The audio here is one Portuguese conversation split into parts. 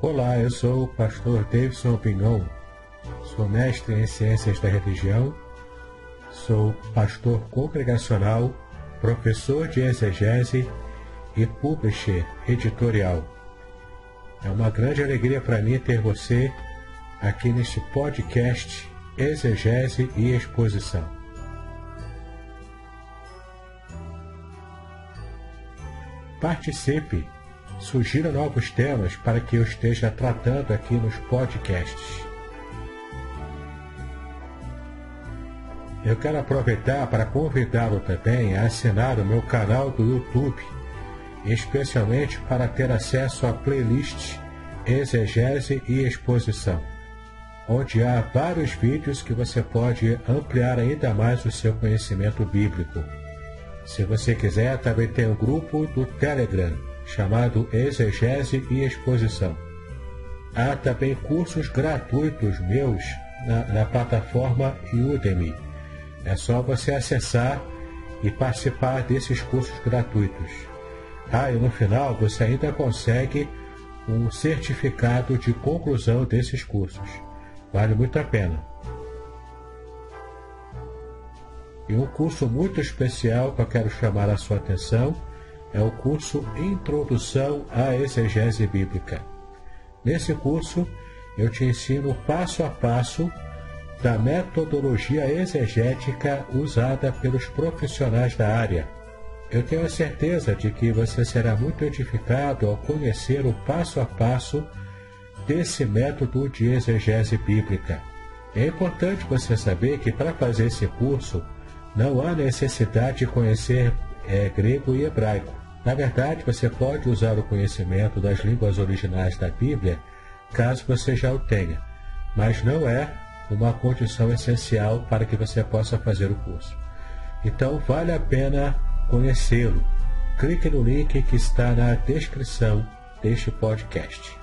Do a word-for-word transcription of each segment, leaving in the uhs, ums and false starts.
Olá, eu sou o pastor Davidson Pinhon, sou mestre em Ciências da Religião, sou pastor congregacional, professor de exegese e publisher editorial. É uma grande alegria para mim ter você aqui neste podcast Exegese e Exposição. Participe! Sugira novos temas para que eu esteja tratando aqui nos podcasts. Eu quero aproveitar para convidá-lo também a assinar o meu canal do YouTube, especialmente para ter acesso à playlist Exegese e Exposição, onde há vários vídeos que você pode ampliar ainda mais o seu conhecimento bíblico. Se você quiser, também tem um grupo do Telegram, chamado Exegese e Exposição. Há também cursos gratuitos meus na, na plataforma Udemy. É só você acessar e participar desses cursos gratuitos. Ah, e no final você ainda consegue um certificado de conclusão desses cursos. Vale muito a pena. E um curso muito especial que eu quero chamar a sua atenção é o curso Introdução à Exegese Bíblica. Nesse curso, eu te ensino passo a passo da metodologia exegética usada pelos profissionais da área. Eu tenho a certeza de que você será muito edificado ao conhecer o passo a passo desse método de exegese bíblica. É importante você saber que para fazer esse curso não há necessidade de conhecer é, grego e hebraico. Na verdade, você pode usar o conhecimento das línguas originais da Bíblia, caso você já o tenha, mas não é uma condição essencial para que você possa fazer o curso. Então, vale a pena conhecê-lo. Clique no link que está na descrição deste podcast.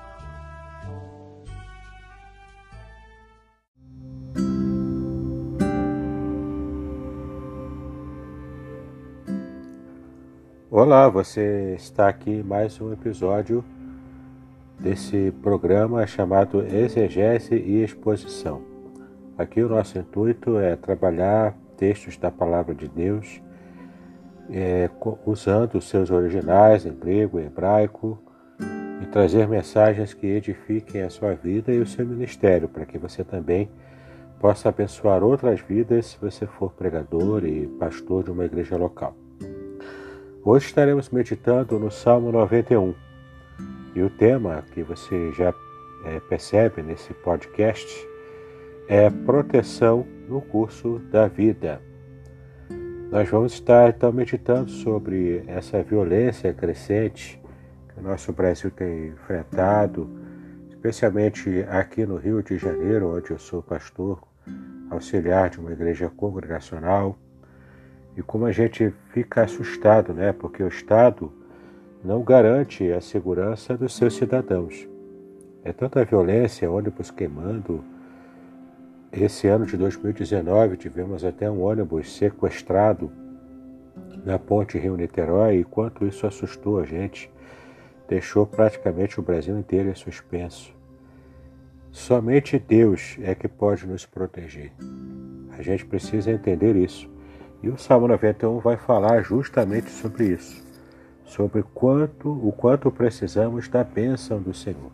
Olá, você está aqui em mais um episódio desse programa chamado Exegese e Exposição. Aqui o nosso intuito é trabalhar textos da Palavra de Deus, é, usando os seus originais em grego e hebraico, e trazer mensagens que edifiquem a sua vida e o seu ministério, para que você também possa abençoar outras vidas se você for pregador e pastor de uma igreja local. Hoje estaremos meditando no Salmo noventa e um, e o tema que você já é, percebe nesse podcast é proteção no curso da vida. Nós vamos estar então meditando sobre essa violência crescente que o nosso Brasil tem enfrentado, especialmente aqui no Rio de Janeiro, onde eu sou pastor auxiliar de uma igreja congregacional. E como a gente fica assustado, né? Porque o Estado não garante a segurança dos seus cidadãos. É tanta violência, ônibus queimando. Esse ano de dois mil e dezenove tivemos até um ônibus sequestrado na ponte Rio-Niterói, e quanto isso assustou a gente, deixou praticamente o Brasil inteiro em suspenso. Somente Deus é que pode nos proteger. A gente precisa entender isso. E o Salmo noventa e um vai falar justamente sobre isso, sobre quanto, o quanto precisamos da bênção do Senhor.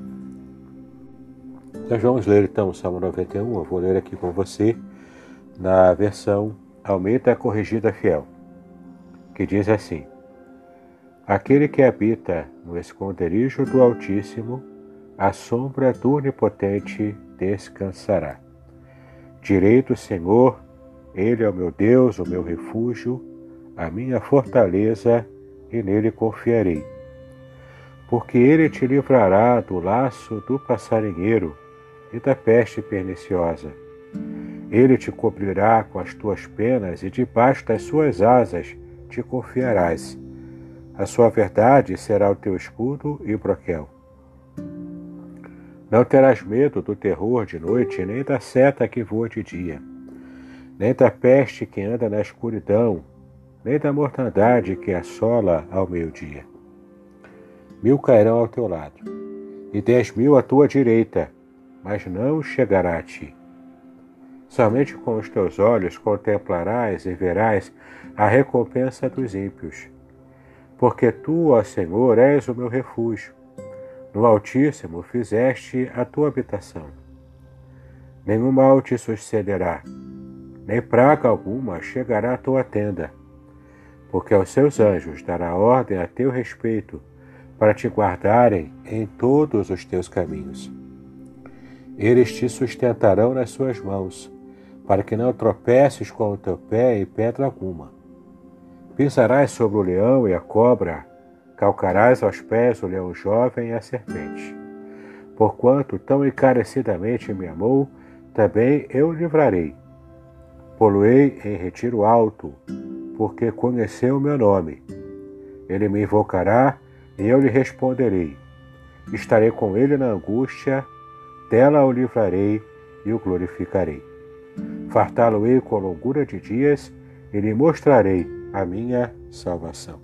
Nós vamos ler então o Salmo noventa e um, eu vou ler aqui com você, na versão Almeida Corrigida Fiel, que diz assim: Aquele que habita no esconderijo do Altíssimo, à sombra do Onipotente descansará. Direi do Senhor, Ele é o meu Deus, o meu refúgio, a minha fortaleza, e nele confiarei. Porque Ele te livrará do laço do passarinheiro e da peste perniciosa. Ele te cobrirá com as tuas penas e debaixo das suas asas te confiarás. A sua verdade será o teu escudo e broquel. Não terás medo do terror de noite, nem da seta que voa de dia, nem da peste que anda na escuridão, nem da mortandade que assola ao meio-dia. Mil cairão ao teu lado, e dez mil à tua direita, mas não chegará a ti. Somente com os teus olhos contemplarás e verás a recompensa dos ímpios. Porque tu, ó Senhor, és o meu refúgio. No Altíssimo fizeste a tua habitação. Nenhum mal te sucederá, nem praga alguma chegará à tua tenda, porque aos seus anjos dará ordem a teu respeito, para te guardarem em todos os teus caminhos. Eles te sustentarão nas suas mãos, para que não tropeces com o teu pé em pedra alguma. Pisarás sobre o leão e a cobra, calcarás aos pés o leão jovem e a serpente. Porquanto tão encarecidamente me amou, também eu o livrarei. Poloei em retiro alto, porque conheceu o meu nome. Ele me invocará e eu lhe responderei. Estarei com ele na angústia, dela o livrarei e o glorificarei. Fartá-lo-ei com longura de dias e lhe mostrarei a minha salvação.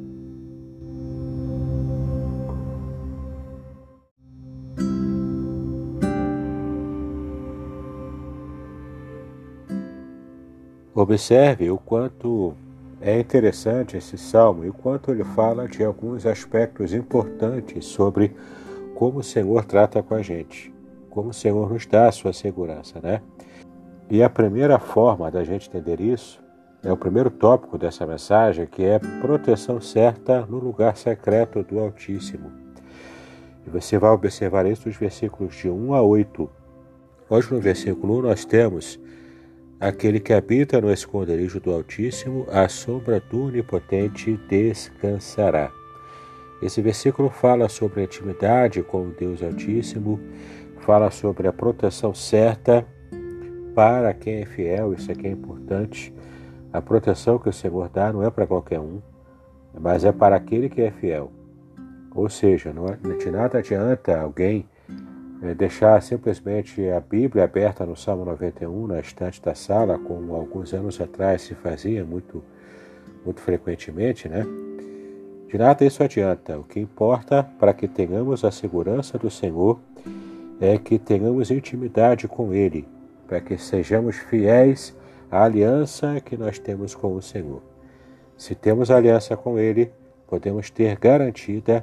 Observe o quanto é interessante esse salmo e o quanto ele fala de alguns aspectos importantes sobre como o Senhor trata com a gente, como o Senhor nos dá a sua segurança, né? E a primeira forma da gente entender isso é o primeiro tópico dessa mensagem, que é proteção certa no lugar secreto do Altíssimo. E você vai observar isso nos versículos de um a oito. Hoje no versículo um nós temos: aquele que habita no esconderijo do Altíssimo, à sombra do Onipotente descansará. Esse versículo fala sobre a intimidade com o Deus Altíssimo, fala sobre a proteção certa para quem é fiel. Isso aqui é importante. A proteção que o Senhor dá não é para qualquer um, mas é para aquele que é fiel. Ou seja, não de nada adianta alguém deixar simplesmente a Bíblia aberta no Salmo noventa e um na estante da sala, como alguns anos atrás se fazia muito, muito frequentemente, né? De nada isso adianta. O que importa para que tenhamos a segurança do Senhor é que tenhamos intimidade com Ele, para que sejamos fiéis à aliança que nós temos com o Senhor. Se temos aliança com Ele, podemos ter garantida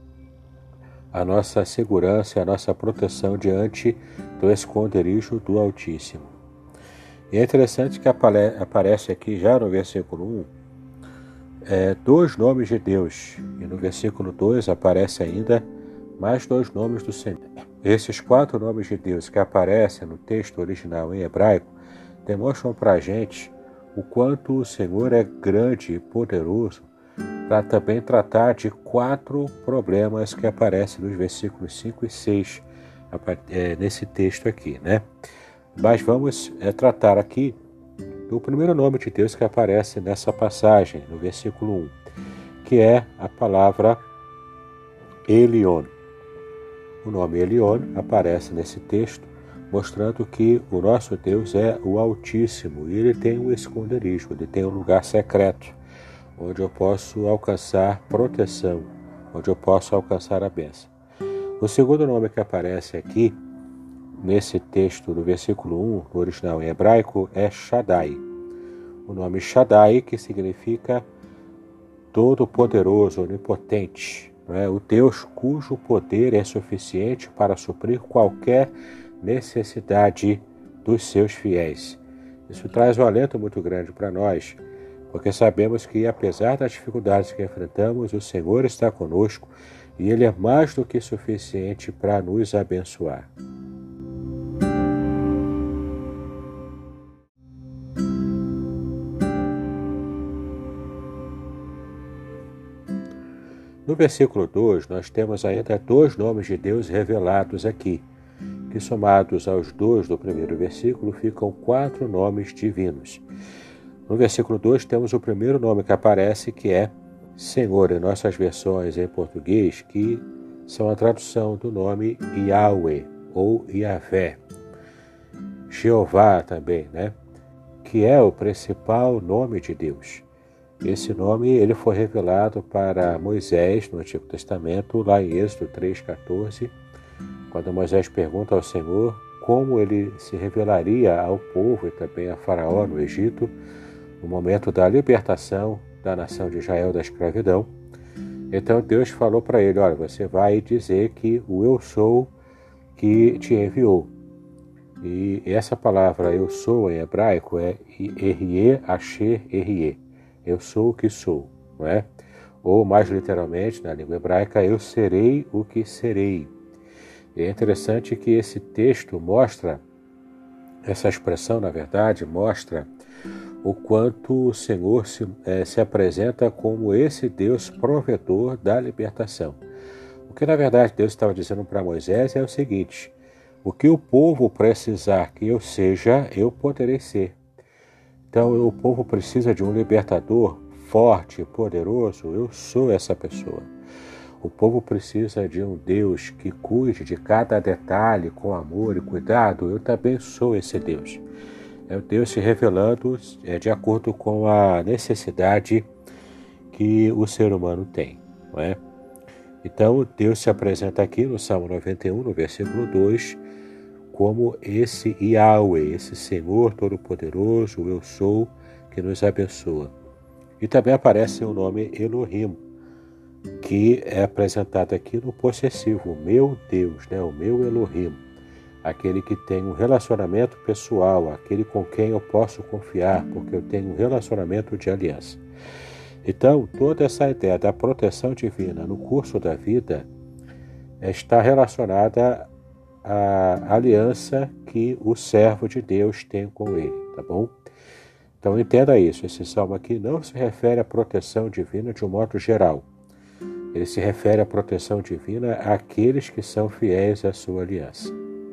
a nossa segurança e a nossa proteção diante do esconderijo do Altíssimo. E é interessante que aparece aqui já no versículo um é, dois nomes de Deus, e no versículo dois aparece ainda mais dois nomes do Senhor. Esses quatro nomes de Deus que aparecem no texto original em hebraico demonstram para a gente o quanto o Senhor é grande e poderoso para também tratar de quatro problemas que aparecem nos versículos cinco e seis é, nesse texto aqui, né? Mas vamos é, tratar aqui do primeiro nome de Deus que aparece nessa passagem, no versículo um, que é a palavra Elion. O nome Elion aparece nesse texto, mostrando que o nosso Deus é o Altíssimo, e Ele tem um esconderijo, Ele tem um lugar secreto, onde eu posso alcançar proteção, onde eu posso alcançar a bênção. O segundo nome que aparece aqui, nesse texto, no versículo um, no original em hebraico, é Shaddai. O nome Shaddai, que significa todo-poderoso, onipotente, não é? O Deus cujo poder é suficiente para suprir qualquer necessidade dos seus fiéis. Isso traz um alento muito grande para nós, porque sabemos que, apesar das dificuldades que enfrentamos, o Senhor está conosco e Ele é mais do que suficiente para nos abençoar. No versículo dois, nós temos ainda dois nomes de Deus revelados aqui, que somados aos dois do primeiro versículo ficam quatro nomes divinos. No versículo dois temos o primeiro nome que aparece, que é Senhor, em nossas versões em português, que são a tradução do nome Yahweh ou Yahvé. Jeová também, né? Que é o principal nome de Deus. Esse nome ele foi revelado para Moisés no Antigo Testamento, lá em Êxodo três, quatorze, quando Moisés pergunta ao Senhor como ele se revelaria ao povo e também a Faraó no Egito, no momento da libertação da nação de Israel da escravidão. Então Deus falou para ele: olha, você vai dizer que o eu sou que te enviou. E essa palavra eu sou em hebraico é Erie Asher Erie. Eu sou o que sou, não é? Ou mais literalmente na língua hebraica, eu serei o que serei. E é interessante que esse texto mostra, essa expressão na verdade mostra o quanto o Senhor se, é, se apresenta como esse Deus provedor da libertação. O que na verdade Deus estava dizendo para Moisés é o seguinte: o que o povo precisar que eu seja, eu poderei ser. Então o povo precisa de um libertador forte, poderoso, eu sou essa pessoa. O povo precisa de um Deus que cuide de cada detalhe com amor e cuidado, eu também sou esse Deus. É o Deus se revelando é, de acordo com a necessidade que o ser humano tem, não é? Então Deus se apresenta aqui no Salmo noventa e um, no versículo dois, como esse Yahweh, esse Senhor Todo-Poderoso, o eu sou, que nos abençoa. E também aparece o nome Elohim, que é apresentado aqui no possessivo, o meu Deus, né? O meu Elohim, aquele que tem um relacionamento pessoal, aquele com quem eu posso confiar, porque eu tenho um relacionamento de aliança. Então, toda essa ideia da proteção divina no curso da vida está relacionada à aliança que o servo de Deus tem com ele, tá bom? Então entenda isso, esse salmo aqui não se refere à proteção divina de um modo geral. Ele se refere à proteção divina àqueles que são fiéis à sua aliança.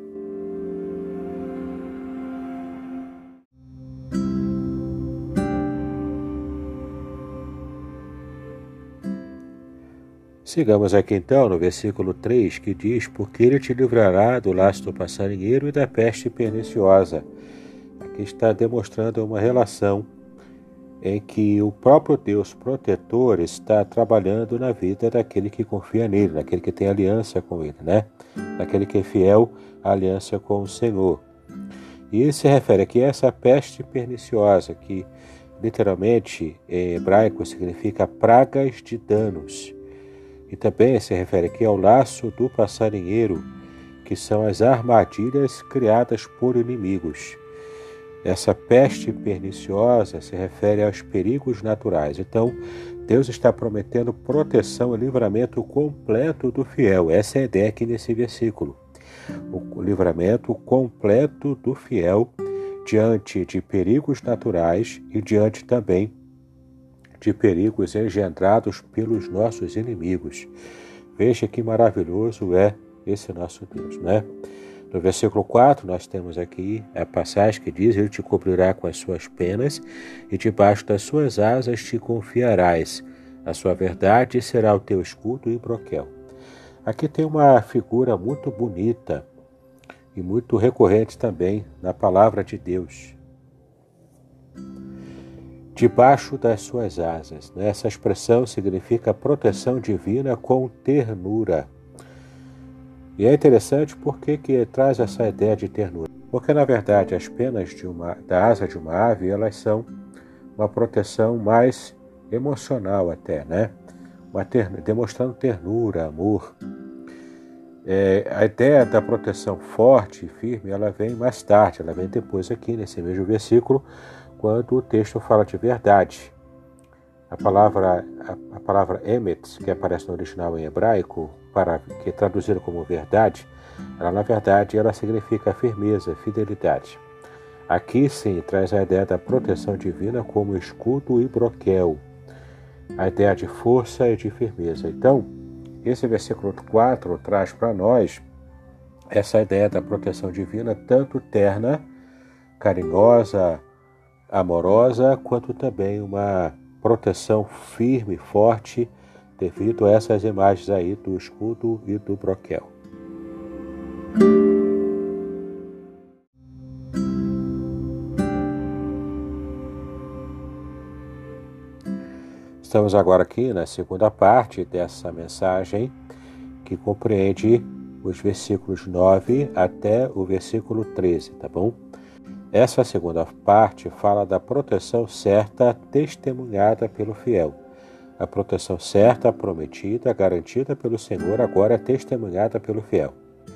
Sigamos aqui então no versículo três, que diz: porque ele te livrará do laço do passarinheiro e da peste perniciosa. Aqui está demonstrando uma relação em que o próprio Deus protetor está trabalhando na vida daquele que confia nele, daquele que tem aliança com ele, né? Daquele que é fiel à aliança com o Senhor. E ele se refere aqui a essa peste perniciosa, que literalmente em hebraico significa pragas de danos. E também se refere aqui ao laço do passarinheiro, que são as armadilhas criadas por inimigos. Essa peste perniciosa se refere aos perigos naturais. Então, Deus está prometendo proteção e livramento completo do fiel. Essa é a ideia aqui nesse versículo. O livramento completo do fiel diante de perigos naturais e diante também de perigos engendrados pelos nossos inimigos. Veja que maravilhoso é esse nosso Deus, né? No versículo quatro, nós temos aqui a passagem que diz: ele te cobrirá com as suas penas e debaixo das suas asas te confiarás. A sua verdade será o teu escudo e broquel. Aqui tem uma figura muito bonita e muito recorrente também na palavra de Deus. Debaixo das suas asas. Essa expressão significa proteção divina com ternura. E é interessante porque que traz essa ideia de ternura. Porque, na verdade, as penas de uma, da asa de uma ave, elas são uma proteção mais emocional até, né? Uma ternura, demonstrando ternura, amor. É, a ideia da proteção forte e firme, ela vem mais tarde, ela vem depois aqui, nesse mesmo versículo, quando o texto fala de verdade. A palavra, a, a palavra emet, que aparece no original em hebraico, para, que é traduzida como verdade, ela na verdade ela significa firmeza, fidelidade. Aqui sim traz a ideia da proteção divina como escudo e broquel, a ideia de força e de firmeza. Então, esse versículo quatro traz para nós essa ideia da proteção divina, tanto terna, carinhosa, amorosa, quanto também uma proteção firme e forte devido a essas imagens aí do escudo e do broquel. Estamos agora aqui na segunda parte dessa mensagem que compreende os versículos nove até o versículo treze, tá bom? Essa segunda parte fala da proteção certa testemunhada pelo fiel. A proteção certa, prometida, garantida pelo Senhor, agora é testemunhada pelo fiel.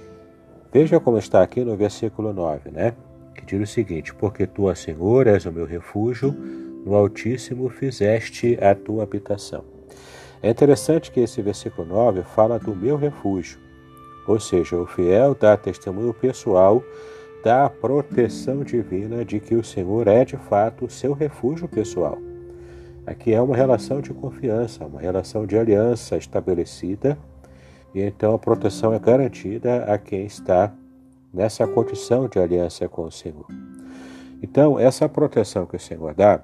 Veja como está aqui no versículo nove, né? Que diz o seguinte: porque tu, ó Senhor, és o meu refúgio, no Altíssimo fizeste a tua habitação. É interessante que esse versículo nove fala do meu refúgio, ou seja, o fiel dá testemunho pessoal da proteção divina de que o Senhor é de fato o seu refúgio pessoal. Aqui é uma relação de confiança, uma relação de aliança estabelecida, e então a proteção é garantida a quem está nessa condição de aliança com o Senhor. Então, essa proteção que o Senhor dá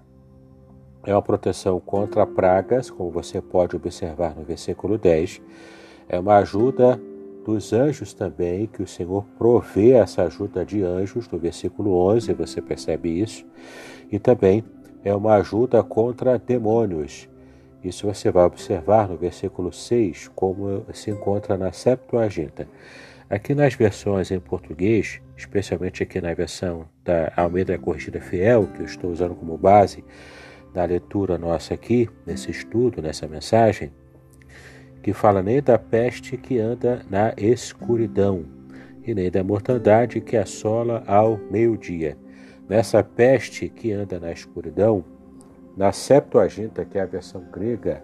é uma proteção contra pragas, como você pode observar no versículo dez, é uma ajuda dos anjos também, que o Senhor provê essa ajuda de anjos, no versículo onze, você percebe isso, e também é uma ajuda contra demônios. Isso você vai observar no versículo seis, como se encontra na Septuaginta. Aqui nas versões em português, especialmente aqui na versão da Almeida Corrigida Fiel, que eu estou usando como base na leitura nossa aqui, nesse estudo, nessa mensagem, que fala nem da peste que anda na escuridão, e nem da mortandade que assola ao meio-dia. Nessa peste que anda na escuridão, na Septuaginta, que é a versão grega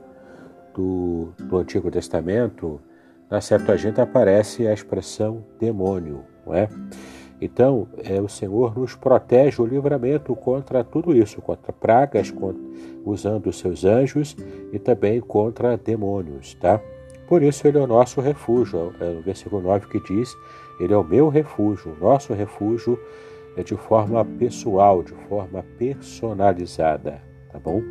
do, do Antigo Testamento, na Septuaginta aparece a expressão demônio, não é? Então, é, o Senhor nos protege o livramento contra tudo isso, contra pragas, contra, usando os seus anjos e também contra demônios, tá? Por isso ele é o nosso refúgio. É no versículo nove que diz, ele é o meu refúgio, o nosso refúgio é de forma pessoal, de forma personalizada, tá bom?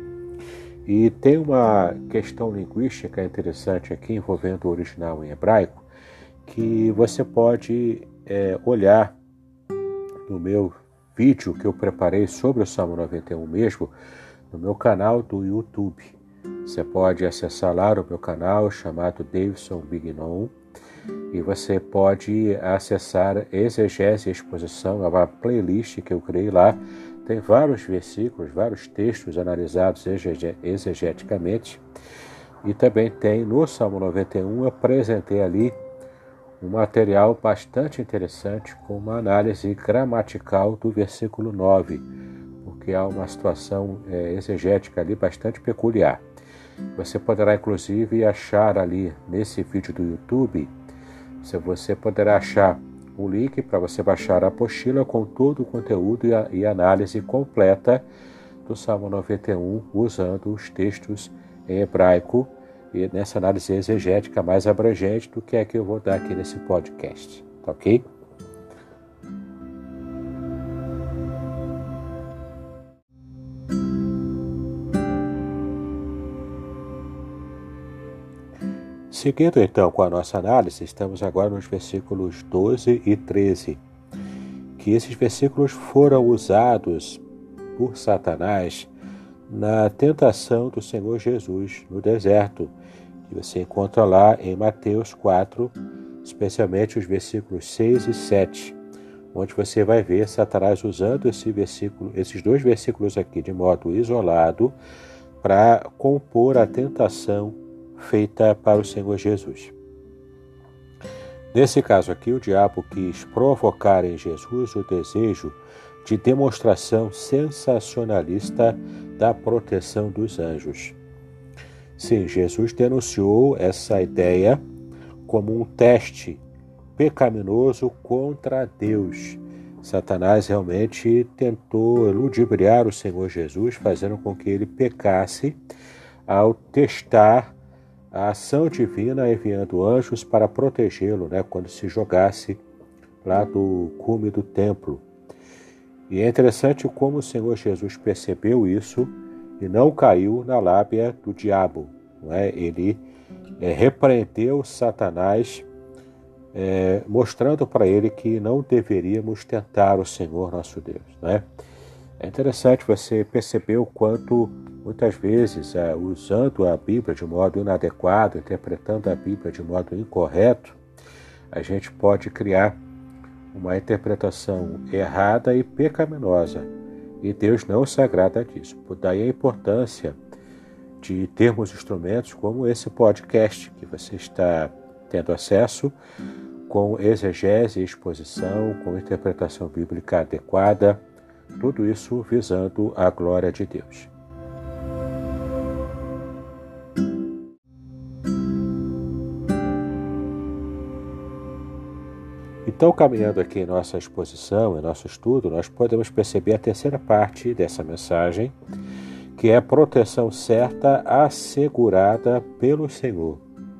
E tem uma questão linguística interessante aqui, envolvendo o original em hebraico, que você pode é, olhar no meu vídeo que eu preparei sobre o Salmo noventa e um mesmo, no meu canal do YouTube. Você pode acessar lá o meu canal chamado Davidson Bignon, e você pode acessar Exegese e Exposição, é uma playlist que eu criei lá. Tem vários versículos, vários textos analisados exegeticamente, e também tem no Salmo noventa e um, eu apresentei ali um material bastante interessante com uma análise gramatical do versículo nove, porque há uma situação é, exegética ali bastante peculiar. Você poderá inclusive achar ali nesse vídeo do YouTube, você poderá achar o link para você baixar a apostila com todo o conteúdo e a, e a análise completa do Salmo noventa e um, usando os textos em hebraico, e nessa análise exegética mais abrangente do que é que eu vou dar aqui nesse podcast, tá ok? Seguindo então com a nossa análise, estamos agora nos versículos doze e treze, que esses versículos foram usados por Satanás na tentação do Senhor Jesus no deserto, que você encontra lá em Mateus quatro, especialmente os versículos seis e sete, onde você vai ver Satanás usando esse versículo, esses dois versículos aqui de modo isolado para compor a tentação feita para o Senhor Jesus. Nesse caso aqui, o diabo quis provocar em Jesus o desejo de demonstração sensacionalista da proteção dos anjos. Sim, Jesus denunciou essa ideia como um teste pecaminoso contra Deus. Satanás realmente tentou ludibriar o Senhor Jesus, fazendo com que ele pecasse ao testar a ação divina, enviando anjos para protegê-lo, né, quando se jogasse lá do cume do templo. E é interessante como o Senhor Jesus percebeu isso e não caiu na lábia do diabo, não é? Ele é, repreendeu Satanás, é, mostrando para ele que não deveríamos tentar o Senhor nosso Deus, não é? É interessante você perceber o quanto, muitas vezes, é, usando a Bíblia de modo inadequado, interpretando a Bíblia de modo incorreto, a gente pode criar uma interpretação errada e pecaminosa, e Deus não se agrada disso. Por daí a importância de termos instrumentos como esse podcast que você está tendo acesso, com exegese e exposição, com interpretação bíblica adequada, tudo isso visando a glória de Deus. Então, caminhando aqui em nossa exposição, em nosso estudo, nós podemos perceber a terceira parte dessa mensagem, que é a proteção certa assegurada pelo Senhor.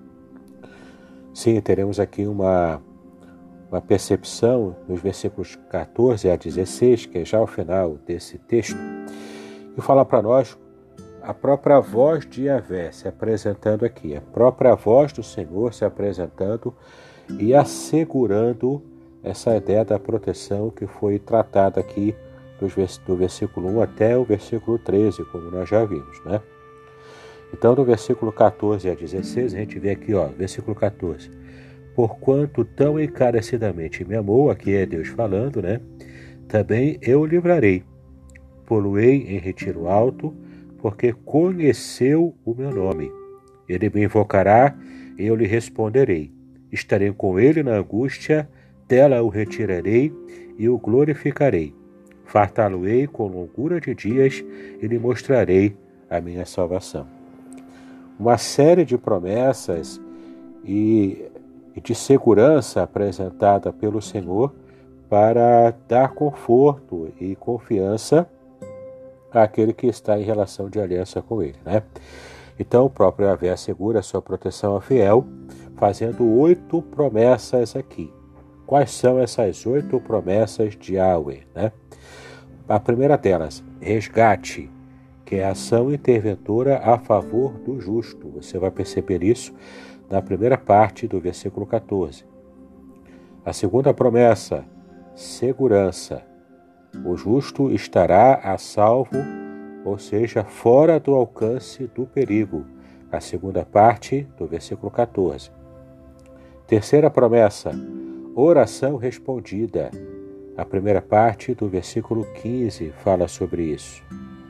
Sim, teremos aqui uma, uma percepção nos versículos catorze a dezesseis, que é já o final desse texto, que fala para nós a própria voz de Yahvé se apresentando aqui, a própria voz do Senhor se apresentando e assegurando essa ideia da proteção que foi tratada aqui do versículo um até o versículo treze, como nós já vimos, né? Então, no versículo catorze a dezesseis, a gente vê aqui, ó, versículo catorze. Porquanto tão encarecidamente me amou, aqui é Deus falando, né? Também eu o livrarei. Poluei em retiro alto, porque conheceu o meu nome. Ele me invocará e eu lhe responderei. Estarei com ele na angústia, dela o retirarei e o glorificarei. Fartá-lo-ei com longura de dias e lhe mostrarei a minha salvação. Uma série de promessas e de segurança apresentada pelo Senhor para dar conforto e confiança àquele que está em relação de aliança com ele, né? Então o próprio Yahvé assegura a sua proteção ao fiel, fazendo oito promessas aqui. Quais são essas oito promessas de Yahvé, né? A primeira delas, resgate, que é a ação interventora a favor do justo. Você vai perceber isso na primeira parte do versículo catorze. A segunda promessa, segurança. O justo estará a salvo, ou seja, fora do alcance do perigo. A segunda parte do versículo catorze. Terceira promessa, oração respondida. A primeira parte do versículo quinze fala sobre isso.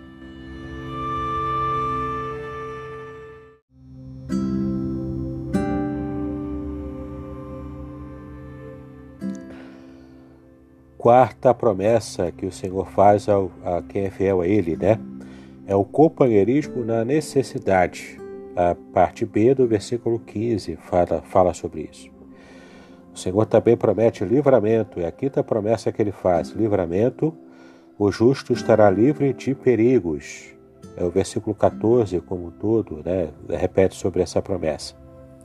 Quarta promessa que o Senhor faz ao, a quem é fiel a Ele, né? É o companheirismo na necessidade. A parte B do versículo quinze fala, fala sobre isso. O Senhor também promete livramento. É a quinta promessa que Ele faz. Livramento, o justo estará livre de perigos. É o versículo catorze como um todo, né? Repete sobre essa promessa.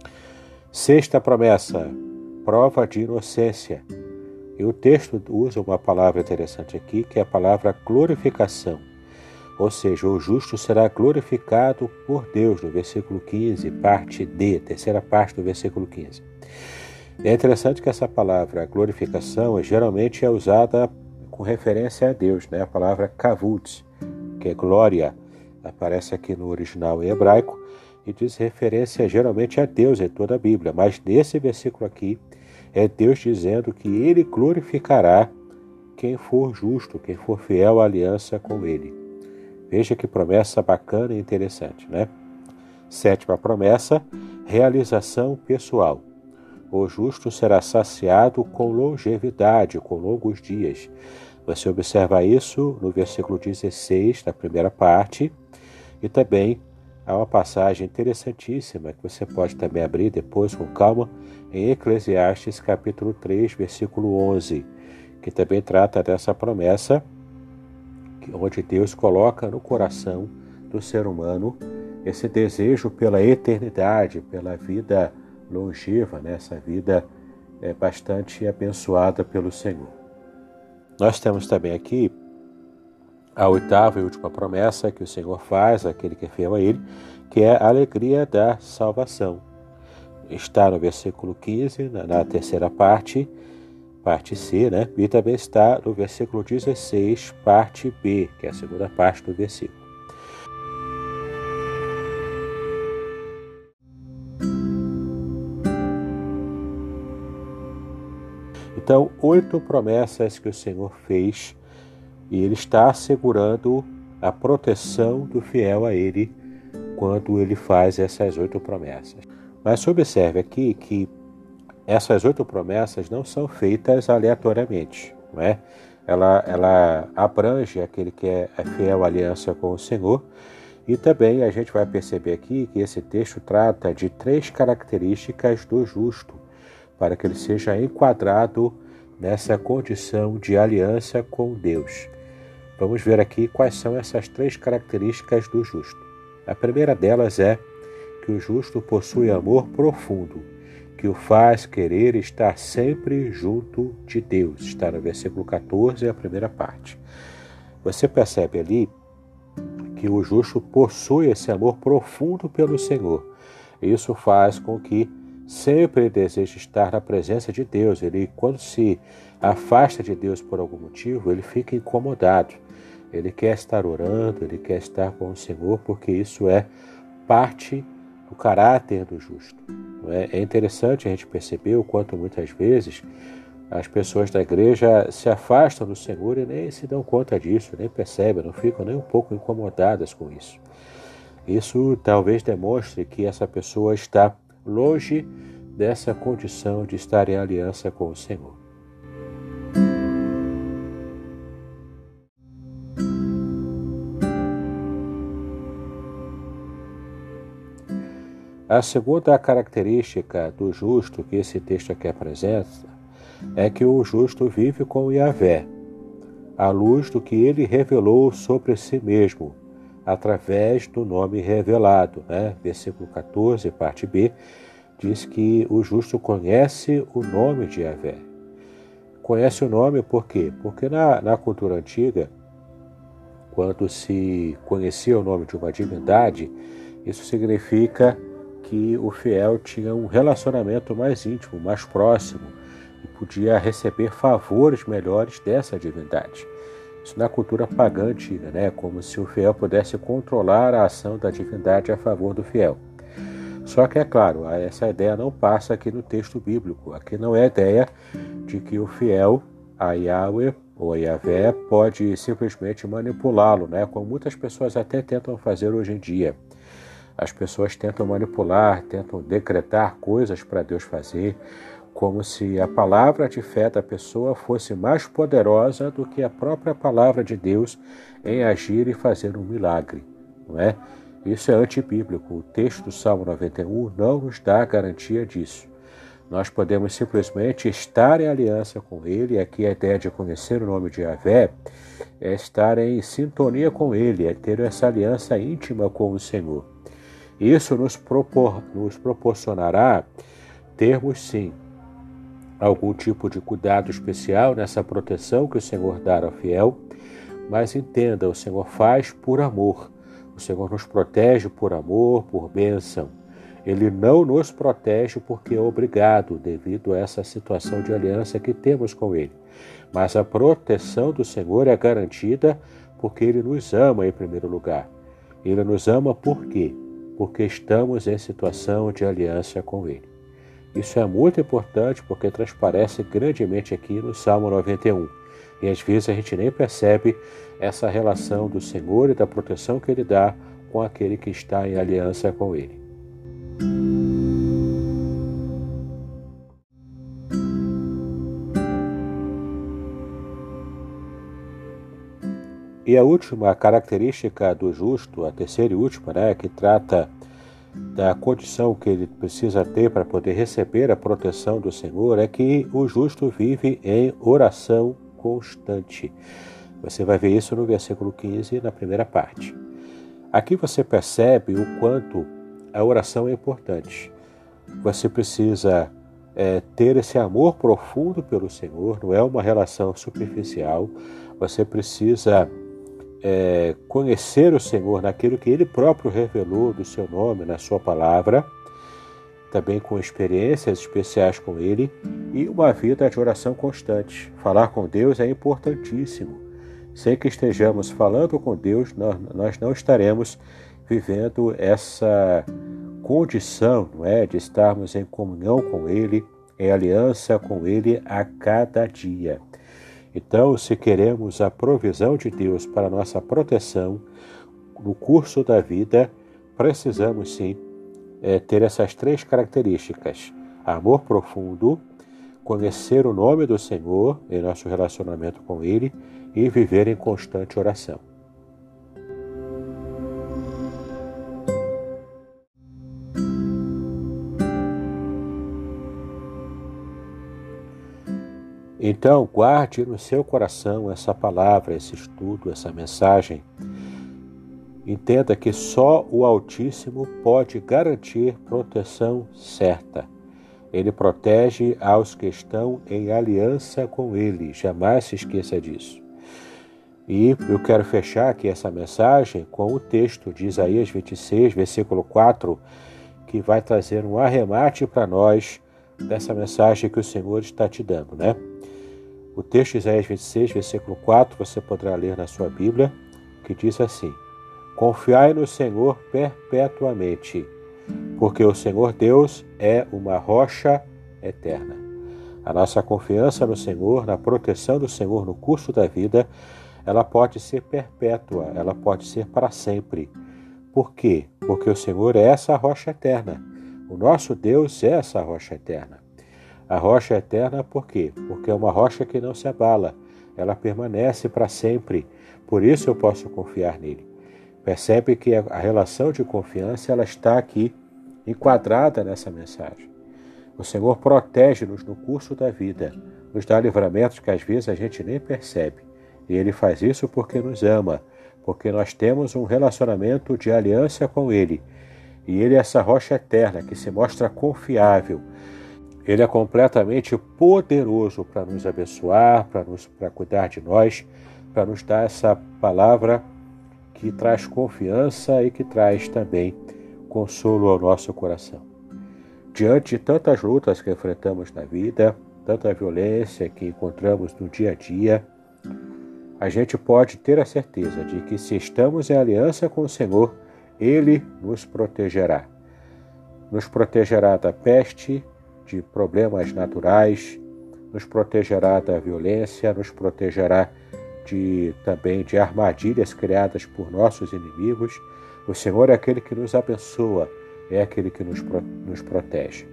Sexta promessa, prova de inocência. E o texto usa uma palavra interessante aqui, que é a palavra glorificação. Ou seja, o justo será glorificado por Deus, no versículo quinze, parte D, terceira parte do versículo quinze. E é interessante que essa palavra glorificação geralmente é usada com referência a Deus, né? A palavra kavod, que é glória, aparece aqui no original em hebraico e diz referência geralmente a Deus em toda a Bíblia. Mas nesse versículo aqui, é Deus dizendo que Ele glorificará quem for justo, quem for fiel à aliança com Ele. Veja que promessa bacana e interessante, né? Sétima promessa, realização pessoal. O justo será saciado com longevidade, com longos dias. Você observa isso no versículo dezesseis, da primeira parte, e também há uma passagem interessantíssima que você pode também abrir depois com calma em Eclesiastes capítulo três, versículo onze, que também trata dessa promessa, onde Deus coloca no coração do ser humano esse desejo pela eternidade, pela vida longeva, né? Essa vida é bastante abençoada pelo Senhor. Nós temos também aqui a oitava e última promessa que o Senhor faz àquele que é fiel a Ele, que é a alegria da salvação. Está no versículo quinze, na, na terceira parte, parte C, né? E também está no versículo dezesseis, parte B, que é a segunda parte do versículo. Então, oito promessas que o Senhor fez, e Ele está assegurando a proteção do fiel a Ele quando Ele faz essas oito promessas. Mas observe aqui que essas oito promessas não são feitas aleatoriamente, não é? Ela, ela abrange aquele que é fiel à aliança com o Senhor. E também a gente vai perceber aqui que esse texto trata de três características do justo, para que ele seja enquadrado nessa condição de aliança com Deus. Vamos ver aqui quais são essas três características do justo. A primeira delas é que o justo possui amor profundo, que o faz querer estar sempre junto de Deus. Está no versículo quatorze, a primeira parte. Você percebe ali que o justo possui esse amor profundo pelo Senhor. Isso faz com que sempre deseje estar na presença de Deus. Ele, quando se afasta de Deus por algum motivo, ele fica incomodado. Ele quer estar orando, ele quer estar com o Senhor, porque isso é parte do caráter do justo. É interessante a gente perceber o quanto muitas vezes as pessoas da igreja se afastam do Senhor e nem se dão conta disso, nem percebem, não ficam nem um pouco incomodadas com isso. Isso talvez demonstre que essa pessoa está longe dessa condição de estar em aliança com o Senhor. A segunda característica do justo que esse texto aqui apresenta é que o justo vive com Yahvé, à luz do que ele revelou sobre si mesmo, através do nome revelado. Né? Versículo quatorze, parte B, diz que o justo conhece o nome de Yahvé. Conhece o nome por quê? Porque na, na cultura antiga, quando se conhecia o nome de uma divindade, isso significa que o fiel tinha um relacionamento mais íntimo, mais próximo, e podia receber favores melhores dessa divindade. Isso na cultura pagã antiga, né? Como se o fiel pudesse controlar a ação da divindade a favor do fiel. Só que, é claro, essa ideia não passa aqui no texto bíblico. Aqui não é a ideia de que o fiel a Yahweh ou a Yahvé pode simplesmente manipulá-lo, né? Como muitas pessoas até tentam fazer hoje em dia. As pessoas tentam manipular, tentam decretar coisas para Deus fazer, como se a palavra de fé da pessoa fosse mais poderosa do que a própria palavra de Deus em agir e fazer um milagre, não é? Isso é antibíblico. O texto do Salmo noventa e um não nos dá garantia disso. Nós podemos simplesmente estar em aliança com Ele, e aqui a ideia de conhecer o nome de Yahvé é estar em sintonia com Ele, é ter essa aliança íntima com o Senhor. Isso nos, propor, nos proporcionará termos, sim, algum tipo de cuidado especial nessa proteção que o Senhor dá ao fiel, mas entenda, o Senhor faz por amor. O Senhor nos protege por amor, por bênção. Ele não nos protege porque é obrigado, devido a essa situação de aliança que temos com Ele. Mas a proteção do Senhor é garantida porque Ele nos ama em primeiro lugar. Ele nos ama por quê? Porque estamos em situação de aliança com Ele. Isso é muito importante porque transparece grandemente aqui no Salmo noventa e um. E às vezes a gente nem percebe essa relação do Senhor e da proteção que Ele dá com aquele que está em aliança com Ele. E a última característica do justo, a terceira e última, né, que trata da condição que ele precisa ter para poder receber a proteção do Senhor, é que o justo vive em oração constante. Você vai ver isso no versículo quinze, na primeira parte. Aqui você percebe o quanto a oração é importante. Você precisa é, ter esse amor profundo pelo Senhor, não é uma relação superficial. Você precisa É, conhecer o Senhor naquilo que Ele próprio revelou do seu nome, na sua palavra, também com experiências especiais com Ele e uma vida de oração constante. Falar com Deus é importantíssimo. Sem que estejamos falando com Deus, nós, nós não estaremos vivendo essa condição, não é, de estarmos em comunhão com Ele, em aliança com Ele a cada dia. Então, se queremos a provisão de Deus para nossa proteção no curso da vida, precisamos sim é, ter essas três características: amor profundo, conhecer o nome do Senhor em nosso relacionamento com Ele e viver em constante oração. Então, guarde no seu coração essa palavra, esse estudo, essa mensagem. Entenda que só o Altíssimo pode garantir proteção certa. Ele protege aos que estão em aliança com Ele. Jamais se esqueça disso. E eu quero fechar aqui essa mensagem com o texto de Isaías vinte e seis, versículo quatro, que vai trazer um arremate para nós dessa mensagem que o Senhor está te dando, né? O texto de Isaías vinte e seis, versículo quatro, você poderá ler na sua Bíblia, que diz assim: Confiai no Senhor perpetuamente, porque o Senhor Deus é uma rocha eterna. A nossa confiança no Senhor, na proteção do Senhor no curso da vida, ela pode ser perpétua, ela pode ser para sempre. Por quê? Porque o Senhor é essa rocha eterna. O nosso Deus é essa rocha eterna. A rocha eterna por quê? Porque é uma rocha que não se abala, ela permanece para sempre. Por isso eu posso confiar nele. Percebe que a relação de confiança ela está aqui enquadrada nessa mensagem. O Senhor protege-nos no curso da vida, nos dá livramentos que às vezes a gente nem percebe. E Ele faz isso porque nos ama, porque nós temos um relacionamento de aliança com Ele. E Ele é essa rocha eterna que se mostra confiável. Ele é completamente poderoso para nos abençoar, para nos, para cuidar de nós, para nos dar essa palavra que traz confiança e que traz também consolo ao nosso coração. Diante de tantas lutas que enfrentamos na vida, tanta violência que encontramos no dia a dia, a gente pode ter a certeza de que se estamos em aliança com o Senhor, Ele nos protegerá. Nos protegerá da peste, de problemas naturais, nos protegerá da violência, nos protegerá de, também de armadilhas criadas por nossos inimigos. O Senhor é aquele que nos abençoa, é aquele que nos, nos protege.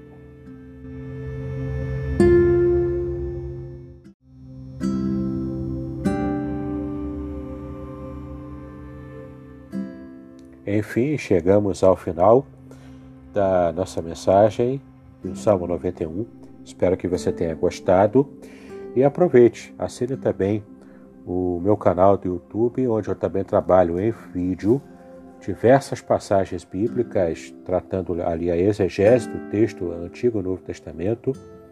Enfim, chegamos ao final da nossa mensagem do Salmo noventa e um. Espero que você tenha gostado e aproveite, assine também o meu canal do YouTube, onde eu também trabalho em vídeo diversas passagens bíblicas, tratando ali a exegese do texto Antigo e Novo Testamento.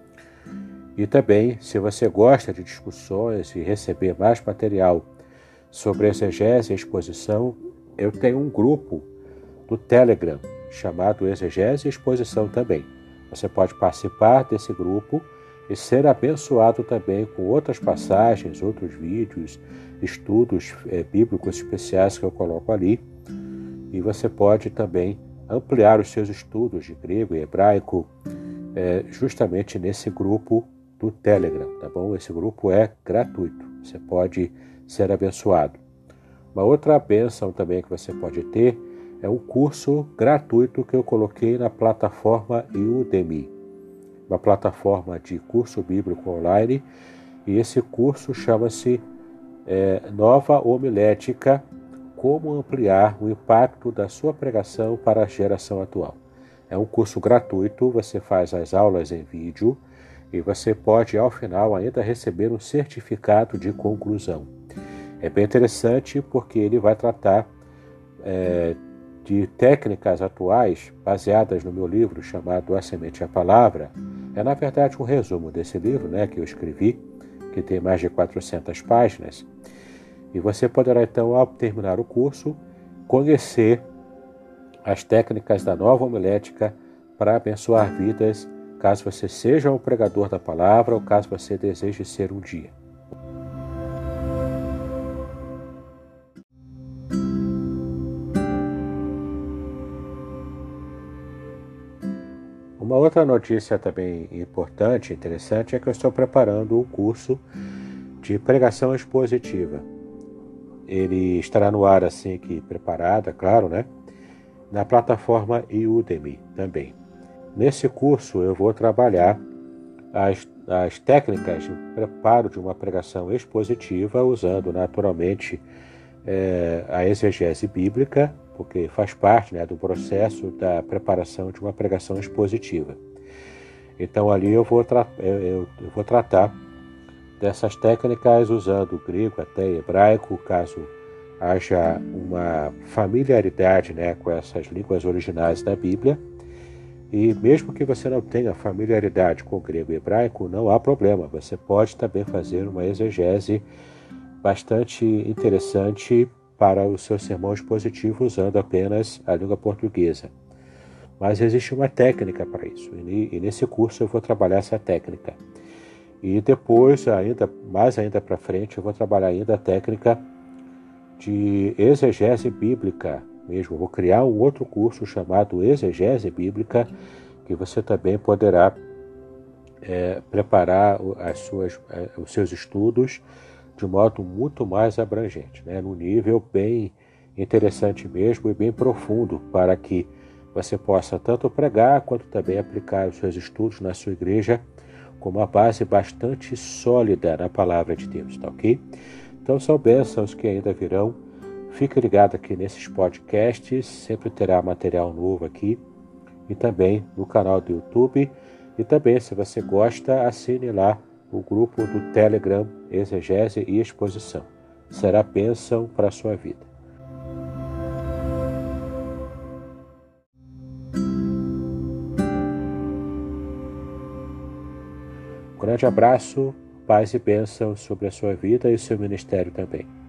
E também, se você gosta de discussões e receber mais material sobre exegese e exposição, eu tenho um grupo do Telegram chamado Exegese e Exposição também. Você pode participar desse grupo e ser abençoado também com outras passagens, outros vídeos, estudos é, bíblicos especiais que eu coloco ali. E você pode também ampliar os seus estudos de grego e hebraico é, justamente nesse grupo do Telegram, tá bom? Esse grupo é gratuito, você pode ser abençoado. Uma outra bênção também que você pode ter é um curso gratuito que eu coloquei na plataforma Udemy, uma plataforma de curso bíblico online, e esse curso chama-se é, Nova Homilética, como ampliar o impacto da sua pregação para a geração atual. É um curso gratuito, você faz as aulas em vídeo e você pode, ao final, ainda receber um certificado de conclusão. É bem interessante porque ele vai tratar é, de técnicas atuais baseadas no meu livro chamado A Semente e a Palavra. É, na verdade, um resumo desse livro, né, que eu escrevi, que tem mais de quatrocentas páginas. E você poderá, então, ao terminar o curso, conhecer as técnicas da Nova Homilética para abençoar vidas, caso você seja um pregador da palavra ou caso você deseje ser um dia. Uma outra notícia também importante, interessante, é que eu estou preparando um curso de pregação expositiva. Ele estará no ar assim que preparado, é claro, né? Na plataforma Udemy também. Nesse curso eu vou trabalhar as, as técnicas de preparo de uma pregação expositiva, usando naturalmente é, a exegese bíblica, porque faz parte, né, do processo da preparação de uma pregação expositiva. Então ali eu vou, tra eu, eu, eu vou tratar dessas técnicas usando grego até hebraico, caso haja uma familiaridade, né, com essas línguas originais da Bíblia. E mesmo que você não tenha familiaridade com o grego e hebraico, não há problema. Você pode também fazer uma exegese bastante interessante para o seu sermão expositivo usando apenas a língua portuguesa. Mas existe uma técnica para isso, e nesse curso eu vou trabalhar essa técnica. E depois, ainda mais ainda para frente, eu vou trabalhar ainda a técnica de exegese bíblica mesmo. Eu vou criar um outro curso chamado Exegese Bíblica, que você também poderá é, preparar as suas, os seus estudos de modo muito mais abrangente, né? Num nível bem interessante mesmo e bem profundo, para que você possa tanto pregar quanto também aplicar os seus estudos na sua igreja com uma base bastante sólida na palavra de Deus, tá ok? Então são bênçãos que ainda virão. Fique ligado aqui nesses podcasts, sempre terá material novo aqui, e também no canal do YouTube. E também, se você gosta, assine lá o grupo do Telegram Exegese e Exposição. Será bênção para a sua vida. Um grande abraço, paz e bênção sobre a sua vida e o seu ministério também.